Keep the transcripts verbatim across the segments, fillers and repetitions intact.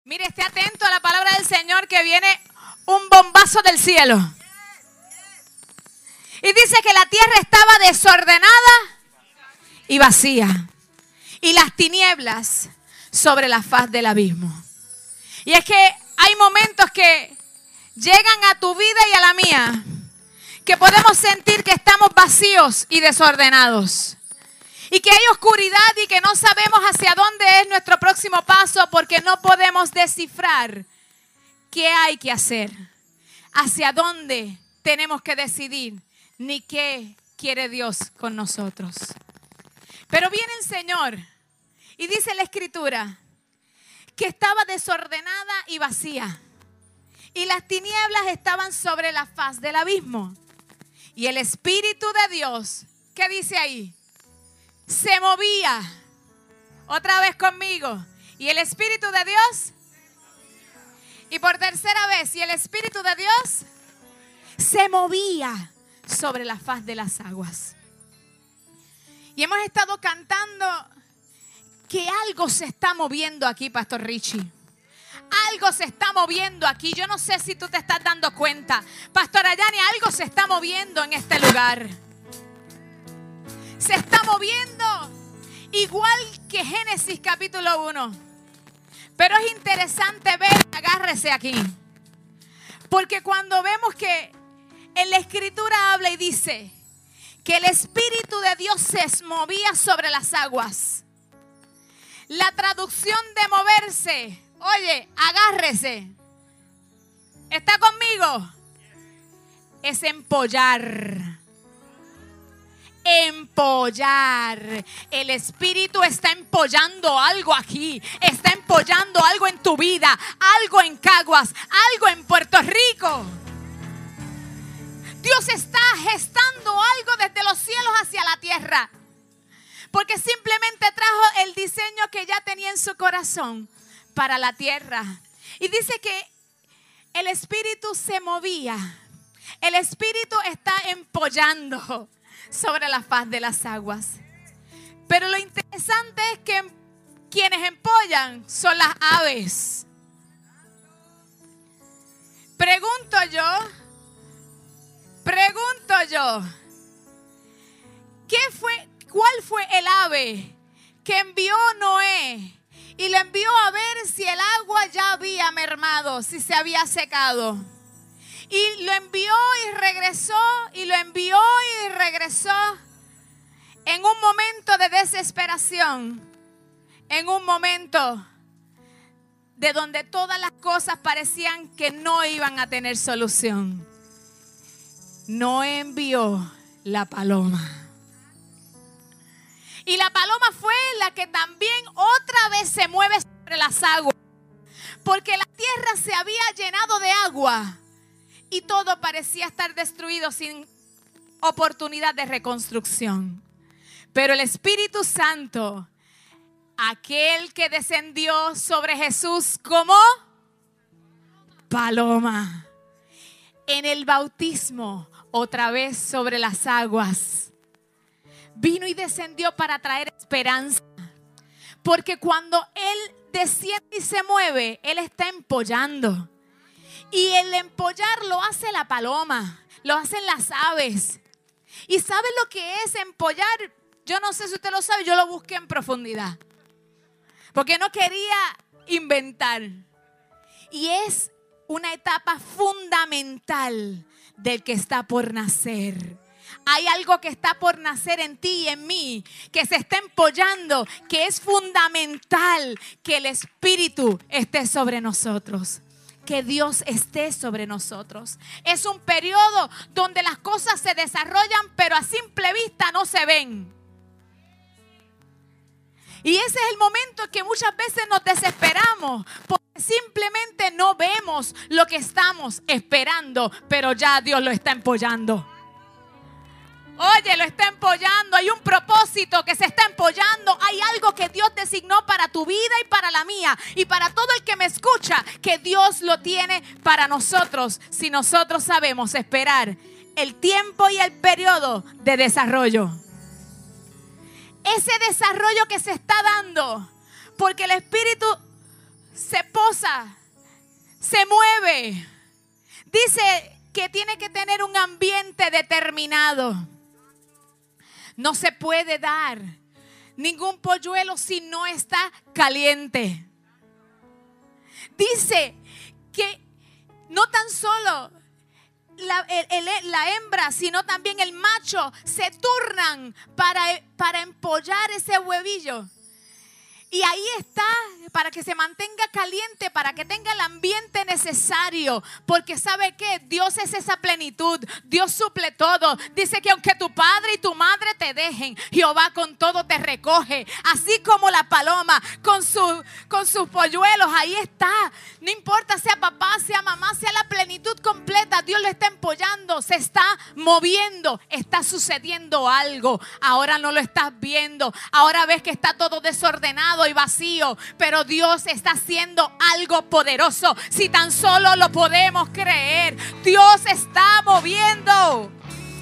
Mire, esté atento a la palabra del Señor, que viene un bombazo del cielo. Y dice que la tierra estaba desordenada y vacía, y las tinieblas sobre la faz del abismo. Y es que hay momentos que llegan a tu vida y a la mía, que podemos sentir que estamos vacíos y desordenados, y que hay oscuridad y que no sabemos hacia dónde es nuestro próximo paso, porque no podemos descifrar qué hay que hacer, hacia dónde tenemos que decidir, ni qué quiere Dios con nosotros. Pero viene el Señor y dice la Escritura que estaba desordenada y vacía, y las tinieblas estaban sobre la faz del abismo. Y el Espíritu de Dios, ¿qué dice ahí? Se movía. Otra vez conmigo. Y el Espíritu de Dios. Y por tercera vez. Y el Espíritu de Dios se movía sobre la faz de las aguas. Y hemos estado cantando que algo se está moviendo aquí, Pastor Richie. Algo se está moviendo aquí. Yo no sé si tú te estás dando cuenta, Pastora Yani, algo se está moviendo en este lugar. Se está moviendo igual que Génesis capítulo uno. Pero es interesante ver, agárrese aquí, porque cuando vemos que en la Escritura habla y dice que el Espíritu de Dios se movía sobre las aguas, la traducción de moverse, oye, agárrese, ¿está conmigo? Es empollar. Empollar. El Espíritu está empollando algo aquí. Está empollando algo en tu vida, algo en Caguas, algo en Puerto Rico. Dios está gestando algo desde los cielos hacia la tierra, porque simplemente trajo el diseño que ya tenía en su corazón para la tierra. Y dice que el Espíritu se movía. El Espíritu está empollando sobre la faz de las aguas. Pero lo interesante es que quienes empollan son las aves. Pregunto yo, pregunto yo, ¿qué fue, cuál fue el ave que envió Noé y le envió a ver si el agua ya había mermado, si se había secado? Y lo envió y regresó, y lo envió y regresó en un momento de desesperación, en un momento de donde todas las cosas parecían que no iban a tener solución. No envió la paloma. Y la paloma fue la que también otra vez se mueve sobre las aguas, porque la tierra se había llenado de agua y todo parecía estar destruido sin oportunidad de reconstrucción. Pero el Espíritu Santo, aquel que descendió sobre Jesús como paloma, en el bautismo, otra vez sobre las aguas, vino y descendió para traer esperanza. Porque cuando Él desciende y se mueve, Él está empollando. Y el empollar lo hace la paloma, lo hacen las aves. ¿Y sabe lo que es empollar? Yo no sé si usted lo sabe, yo lo busqué en profundidad, porque no quería inventar. Y es una etapa fundamental del que está por nacer. Hay algo que está por nacer en ti y en mí, que se está empollando, que es fundamental que el Espíritu esté sobre nosotros, que Dios esté sobre nosotros. Es un periodo donde las cosas se desarrollan, pero a simple vista no se ven. Y ese es el momento en que muchas veces nos desesperamos, porque simplemente no vemos lo que estamos esperando, pero ya Dios lo está empollando. Oye, lo está empollando. Hay un propósito que se está empollando. Hay algo que Dios designó para tu vida y para la mía y para todo el que me escucha, que Dios lo tiene para nosotros, si nosotros sabemos esperar el tiempo y el periodo de desarrollo. Ese desarrollo que se está dando porque el Espíritu se posa, se mueve. Dice que tiene que tener un ambiente determinado. No se puede dar ningún polluelo si no está caliente. Dice que no tan solo la, el, el, la hembra, sino también el macho se turnan para, para empollar ese huevillo. Y ahí está, para que se mantenga caliente, para que tenga el ambiente necesario. Porque ¿sabe qué? Dios es esa plenitud. Dios suple todo. Dice que aunque tu padre y tu madre te dejen, Jehová con todo te recoge. Así como la paloma con, su, con sus polluelos, ahí está. No importa sea papá, sea mamá, sea la plenitud completa. Dios lo está empollando, se está moviendo. Está sucediendo algo. Ahora no lo estás viendo. Ahora ves que está todo desordenado y vacío, pero Dios está haciendo algo poderoso. Si tan solo lo podemos creer, Dios está moviendo.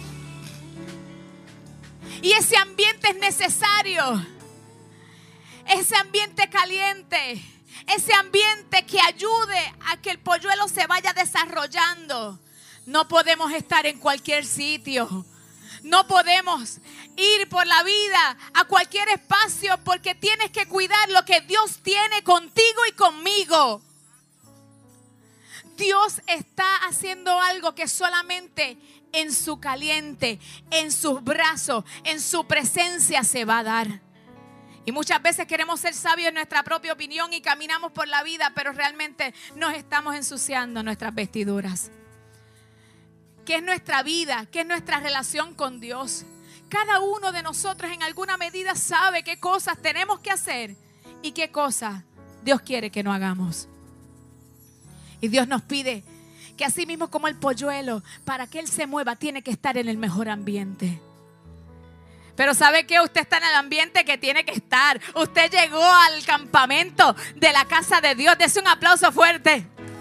Y ese ambiente es necesario. Ese ambiente caliente, ese ambiente que ayude a que el polluelo se vaya desarrollando. No podemos estar en cualquier sitio. No podemos ir por la vida a cualquier espacio, porque tienes que cuidar lo que Dios tiene contigo y conmigo. Dios está haciendo algo que solamente en su caliente, en sus brazos, en su presencia se va a dar. Y muchas veces queremos ser sabios en nuestra propia opinión y caminamos por la vida, pero realmente nos estamos ensuciando nuestras vestiduras. ¿Qué es nuestra vida? ¿Qué es nuestra relación con Dios? Cada uno de nosotros en alguna medida sabe qué cosas tenemos que hacer y qué cosas Dios quiere que no hagamos. Y Dios nos pide que así mismo como el polluelo, para que Él se mueva, tiene que estar en el mejor ambiente. Pero ¿sabe qué? Usted está en el ambiente que tiene que estar. Usted llegó al campamento de la casa de Dios. Dese un aplauso fuerte.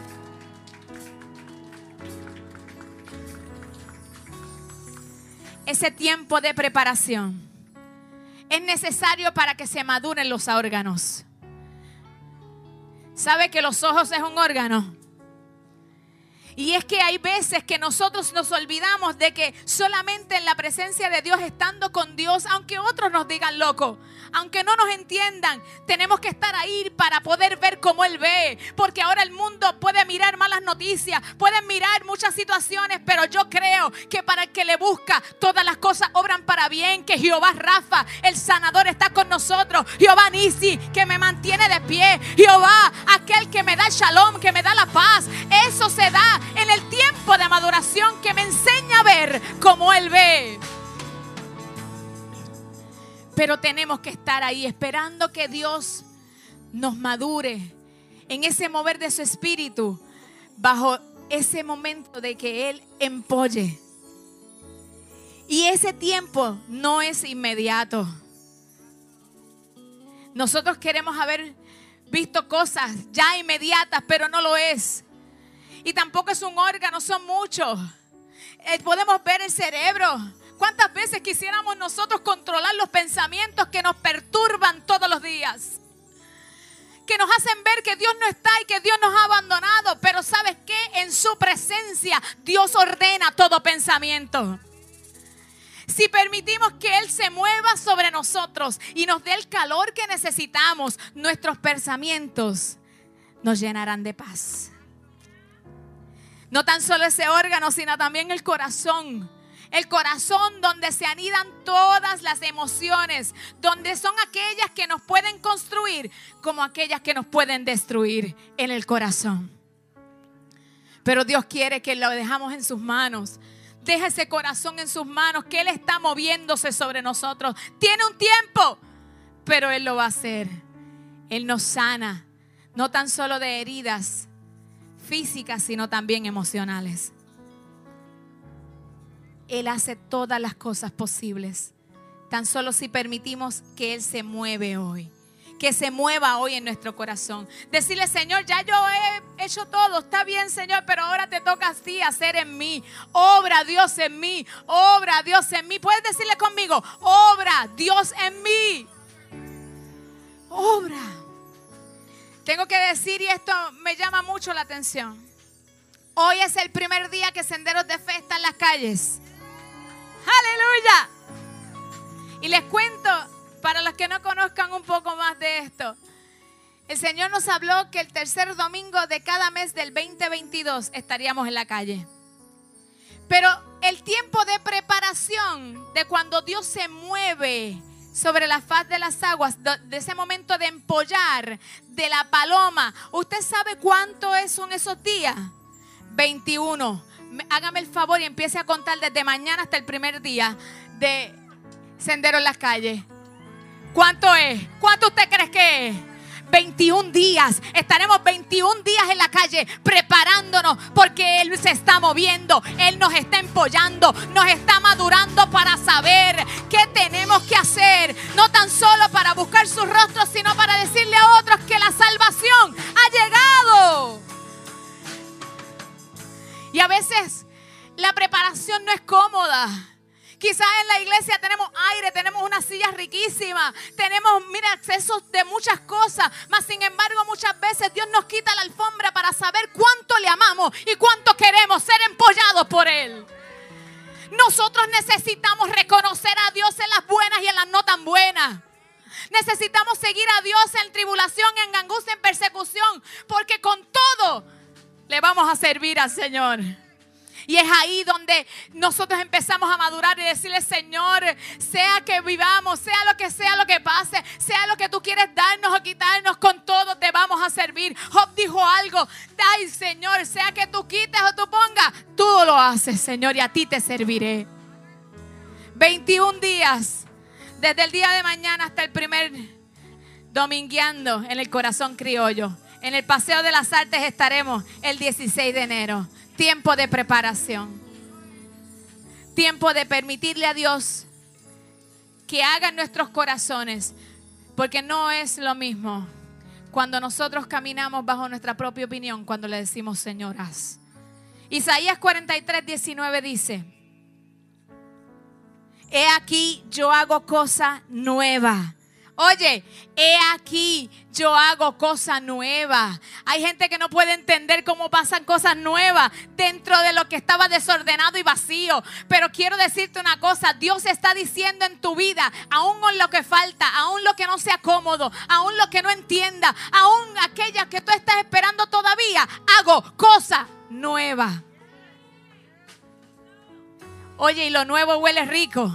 Ese tiempo de preparación es necesario para que se maduren los órganos. ¿Sabe que los ojos es un órgano? Y es que hay veces que nosotros nos olvidamos de que solamente en la presencia de Dios, estando con Dios, aunque otros nos digan loco, aunque no nos entiendan, tenemos que estar ahí para poder ver como Él ve. Porque ahora el mundo puede mirar malas noticias, pueden mirar muchas situaciones, pero yo creo que para el que le busca, todas las cosas obran para bien. Que Jehová Rafa, el sanador, está con nosotros. Jehová Nisi, que me mantiene de pie. Jehová, aquel que me da el shalom, que me da la paz. Eso se da en el tiempo de maduración, que me enseña a ver como Él ve. Pero tenemos que estar ahí esperando que Dios nos madure en ese mover de su espíritu, bajo ese momento de que Él empolle. Y ese tiempo no es inmediato. Nosotros queremos haber visto cosas ya inmediatas, pero no lo es. Y tampoco es un órgano, son muchos. Eh, podemos ver el cerebro. ¿Cuántas veces quisiéramos nosotros controlar los pensamientos que nos perturban todos los días? Que nos hacen ver que Dios no está y que Dios nos ha abandonado. Pero ¿sabes qué? En su presencia Dios ordena todo pensamiento. Si permitimos que Él se mueva sobre nosotros y nos dé el calor que necesitamos, nuestros pensamientos nos llenarán de paz. No tan solo ese órgano, sino también el corazón. El corazón donde se anidan todas las emociones, donde son aquellas que nos pueden construir como aquellas que nos pueden destruir, en el corazón. Pero Dios quiere que lo dejamos en sus manos. Deja ese corazón en sus manos, que Él está moviéndose sobre nosotros. Tiene un tiempo, pero Él lo va a hacer. Él nos sana, no tan solo de heridas físicas, sino también emocionales. Él hace todas las cosas posibles, tan solo si permitimos que Él se mueve hoy, que se mueva hoy en nuestro corazón. Decirle: Señor, ya yo he hecho todo, está bien, Señor, pero ahora te toca a ti hacer en mí. Obra, Dios, en mí. Obra, Dios, en mí. Puedes decirle conmigo: obra, Dios, en mí. Obra. Tengo que decir, y esto me llama mucho la atención, hoy es el primer día que Senderos de Fe está en las calles. ¡Aleluya! Y les cuento, para los que no conozcan un poco más de esto, el Señor nos habló que el tercer domingo de cada mes del veinte veintidós estaríamos en la calle. Pero el tiempo de preparación de cuando Dios se mueve sobre la faz de las aguas, de ese momento de empollar de la paloma, ¿usted sabe cuánto son esos días? veintiuno. Hágame el favor y empiece a contar desde mañana hasta el primer día de Sendero en las calles. ¿Cuánto es? ¿Cuánto usted cree que es? veintiún días. Estaremos veintiún días en la calle preparándonos porque Él se está moviendo. Él nos está empollando, nos está madurando para saber qué tenemos que hacer. No tan solo para buscar su rostro, sino para decirle a otros que la salvación ha llegado. Y a veces la preparación no es cómoda. Quizás en la iglesia tenemos aire, tenemos unas sillas riquísimas, tenemos, mira, accesos de muchas cosas, mas sin embargo muchas veces Dios nos quita la alfombra para saber cuánto le amamos y cuánto queremos ser empollados por Él. Nosotros necesitamos reconocer a Dios en las buenas y en las no tan buenas. Necesitamos seguir a Dios en tribulación, en angustia, en persecución, porque con todo le vamos a servir al Señor. Y es ahí donde nosotros empezamos a madurar y decirle, Señor, sea que vivamos, sea lo que sea lo que pase, sea lo que tú quieres darnos o quitarnos, con todo te vamos a servir. Job dijo algo, ay Señor, sea que tú quites o tú pongas, tú lo haces, Señor, y a ti te serviré. veintiún días, desde el día de mañana hasta el primer domingueando en el corazón criollo. En el Paseo de las Artes estaremos el dieciséis de enero. Tiempo de preparación. Tiempo de permitirle a Dios que haga en nuestros corazones. Porque no es lo mismo cuando nosotros caminamos bajo nuestra propia opinión, cuando le decimos, Señor, haz. Isaías cuarenta y tres, diecinueve dice, he aquí yo hago cosa nueva. Oye, he aquí, yo hago cosa nueva. Hay gente que no puede entender cómo pasan cosas nuevas dentro de lo que estaba desordenado y vacío. Pero quiero decirte una cosa, Dios está diciendo en tu vida, aún con lo que falta, aún lo que no sea cómodo, aún lo que no entienda, aún aquellas que tú estás esperando todavía, hago cosa nueva. Oye, y lo nuevo huele rico.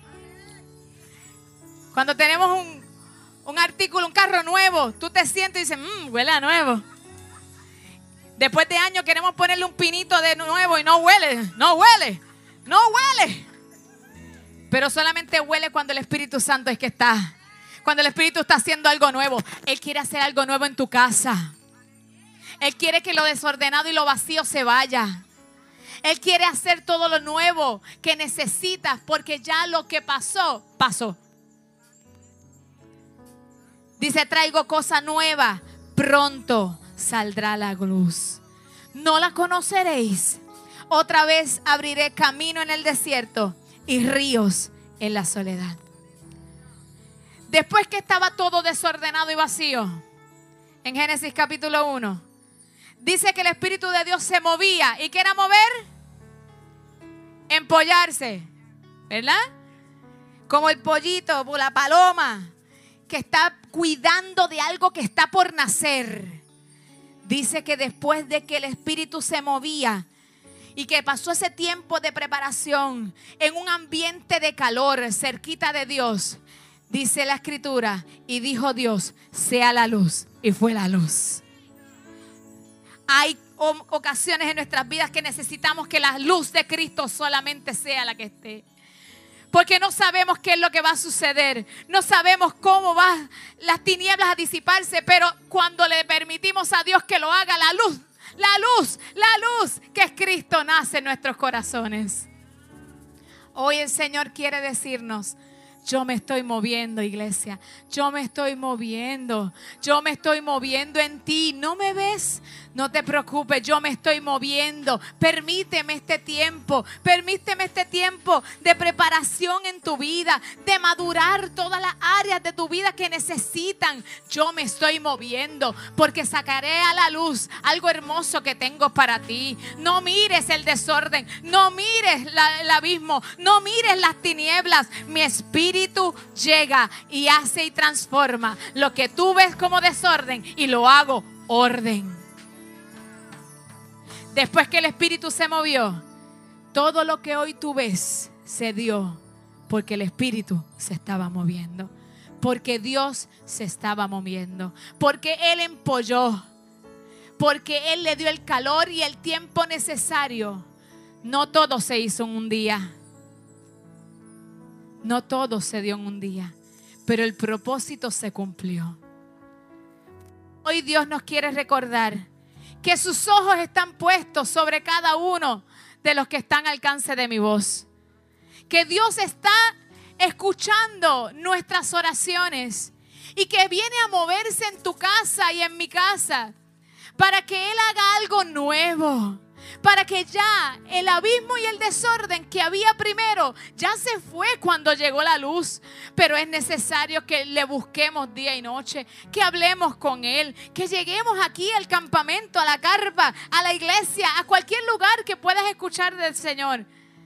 Cuando tenemos un Un artículo, un carro nuevo, tú te sientes y dices, mmm, huele a nuevo. Después de años queremos ponerle un pinito de nuevo y no huele, no huele, no huele. Pero solamente huele cuando el Espíritu Santo es que está. Cuando el Espíritu está haciendo algo nuevo. Él quiere hacer algo nuevo en tu casa. Él quiere que lo desordenado y lo vacío se vaya. Él quiere hacer todo lo nuevo que necesitas porque ya lo que pasó, pasó. Dice, traigo cosa nueva, pronto saldrá la luz. ¿No la conoceréis? Otra vez abriré camino en el desierto y ríos en la soledad. Después que estaba todo desordenado y vacío, en Génesis capítulo uno, dice que el Espíritu de Dios se movía. ¿Y qué era mover? Empollarse, ¿verdad? Como el pollito, la paloma, que está cuidando de algo que está por nacer. Dice que después de que el Espíritu se movía y que pasó ese tiempo de preparación en un ambiente de calor cerquita de Dios, dice la Escritura, y dijo Dios, sea la luz, y fue la luz. Hay ocasiones en nuestras vidas que necesitamos que la luz de Cristo solamente sea la que esté. Porque no sabemos qué es lo que va a suceder. No sabemos cómo van las tinieblas a disiparse. Pero cuando le permitimos a Dios que lo haga, la luz, la luz, la luz que es Cristo nace en nuestros corazones. Hoy el Señor quiere decirnos, Yo me estoy moviendo, iglesia. Yo me estoy moviendo. Yo me estoy moviendo en ti. ¿No me ves? No te preocupes, yo me estoy moviendo. Permíteme este tiempo. Permíteme este tiempo de preparación en tu vida. De madurar todas las áreas de tu vida que necesitan. Yo me estoy moviendo porque sacaré a la luz algo hermoso que tengo para ti. No mires el desorden. No mires la, el abismo. No mires las tinieblas. Mi espíritu llega y hace y transforma lo que tú ves como desorden y lo hago orden. Después que el Espíritu se movió, todo lo que hoy tú ves se dio porque el Espíritu se estaba moviendo, porque Dios se estaba moviendo, porque Él empolló, porque Él le dio el calor y el tiempo necesario. No todo se hizo en un día, no todo se dio en un día, pero el propósito se cumplió. Hoy Dios nos quiere recordar que sus ojos están puestos sobre cada uno de los que están al alcance de mi voz. Que Dios está escuchando nuestras oraciones y que viene a moverse en tu casa y en mi casa para que Él haga algo nuevo. Para que ya el abismo y el desorden que había primero ya se fue cuando llegó la luz. Pero es necesario que le busquemos día y noche, que hablemos con Él, que lleguemos aquí al campamento, a la carpa, a la iglesia, a cualquier lugar que puedas escuchar del Señor.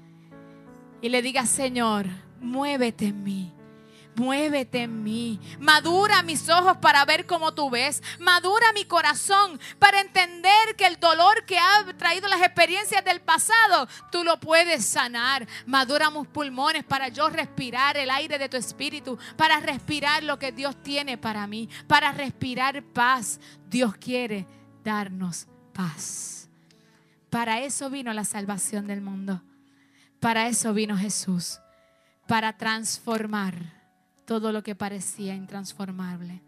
Y le digas: Señor, muévete en mí. Muévete en mí, madura mis ojos para ver como tú ves, madura mi corazón para entender que el dolor que ha traído las experiencias del pasado, tú lo puedes sanar. Madura mis pulmones para yo respirar el aire de tu espíritu, para respirar lo que Dios tiene para mí, para respirar paz. Dios quiere darnos paz. Para eso vino la salvación del mundo, para eso vino Jesús, para transformar todo lo que parecía intransformable.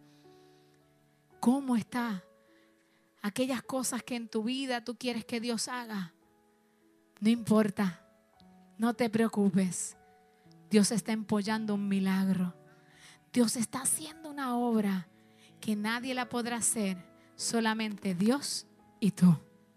¿Cómo está aquellas cosas que en tu vida tú quieres que Dios haga? No importa, no te preocupes. Dios está empollando un milagro. Dios está haciendo una obra que nadie la podrá hacer, solamente Dios y tú.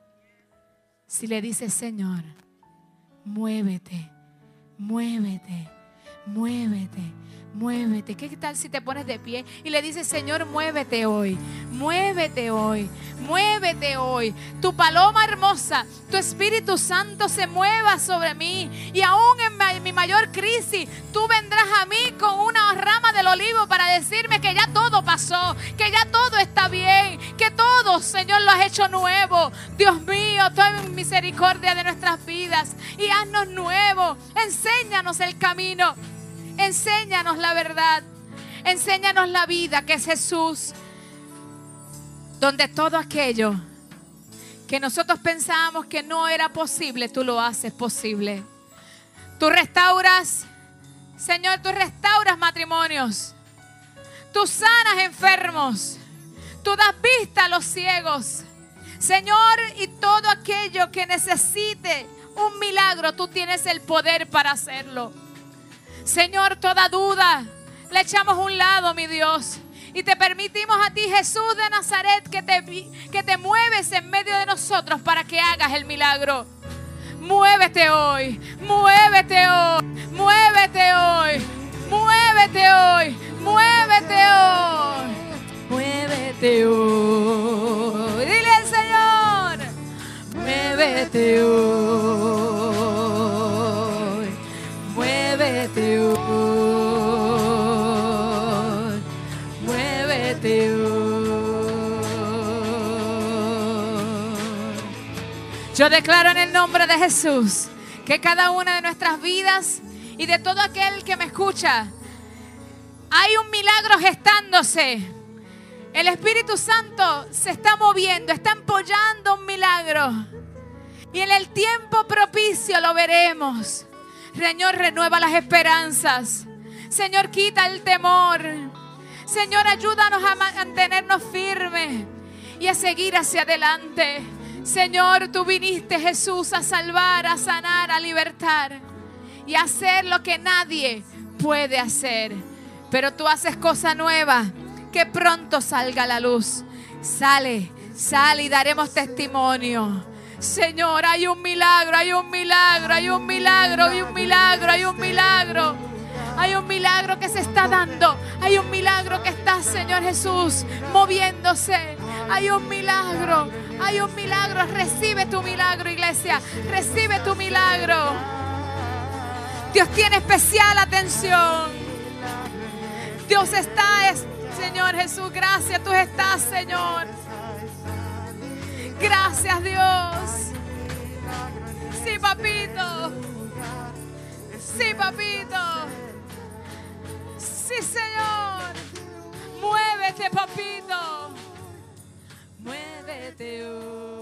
Si le dices: Señor, muévete, muévete, muévete. Muévete. ¿Qué tal si te pones de pie y le dices: Señor, muévete hoy, muévete hoy, muévete hoy? Tu paloma hermosa, tu Espíritu Santo se mueva sobre mí. Y aún en mi mayor crisis, tú vendrás a mí con una rama del olivo para decirme que ya todo pasó, que ya todo está bien, que todo, Señor, lo has hecho nuevo. Dios mío, ten misericordia de nuestras vidas y haznos nuevo. Enséñanos el camino. Enséñanos la verdad, enséñanos la vida que es Jesús, donde todo aquello que nosotros pensábamos que no era posible, tú lo haces posible. Tú restauras, Señor, tú restauras matrimonios, tú sanas enfermos, tú das vista a los ciegos, Señor, y todo aquello que necesite un milagro, tú tienes el poder para hacerlo. Señor, toda duda la echamos a un lado, mi Dios, y te permitimos a ti, Jesús de Nazaret, que te, que te mueves en medio de nosotros para que hagas el milagro. Muévete hoy, muévete hoy, muévete hoy, muévete hoy, muévete hoy, muévete hoy. Dile al Señor: muévete hoy. Muévete hoy, muévete hoy. Yo declaro en el nombre de Jesús que cada una de nuestras vidas y de todo aquel que me escucha, hay un milagro gestándose. El Espíritu Santo se está moviendo, está empollando un milagro. Y en el tiempo propicio lo veremos. Señor, renueva las esperanzas. Señor, quita el temor. Señor, ayúdanos a mantenernos firmes y a seguir hacia adelante. Señor, tú viniste, Jesús, a salvar, a sanar, a libertar y a hacer lo que nadie puede hacer. Pero tú haces cosa nueva, que pronto salga a la luz. Sale, sale y daremos testimonio. Señor, hay un milagro, hay un milagro, hay un milagro, hay un milagro, hay un milagro. Hay un milagro que se está dando. Hay un milagro que está, Señor Jesús, moviéndose. Hay un milagro, hay un milagro. Recibe tu milagro, iglesia. Recibe tu milagro. Dios tiene especial atención. Dios está, es, Señor Jesús, gracias. Tú estás, Señor. Gracias, Dios. Sí, papito. Sí, papito. Sí, Señor. Muévete, papito. Muévete hoy.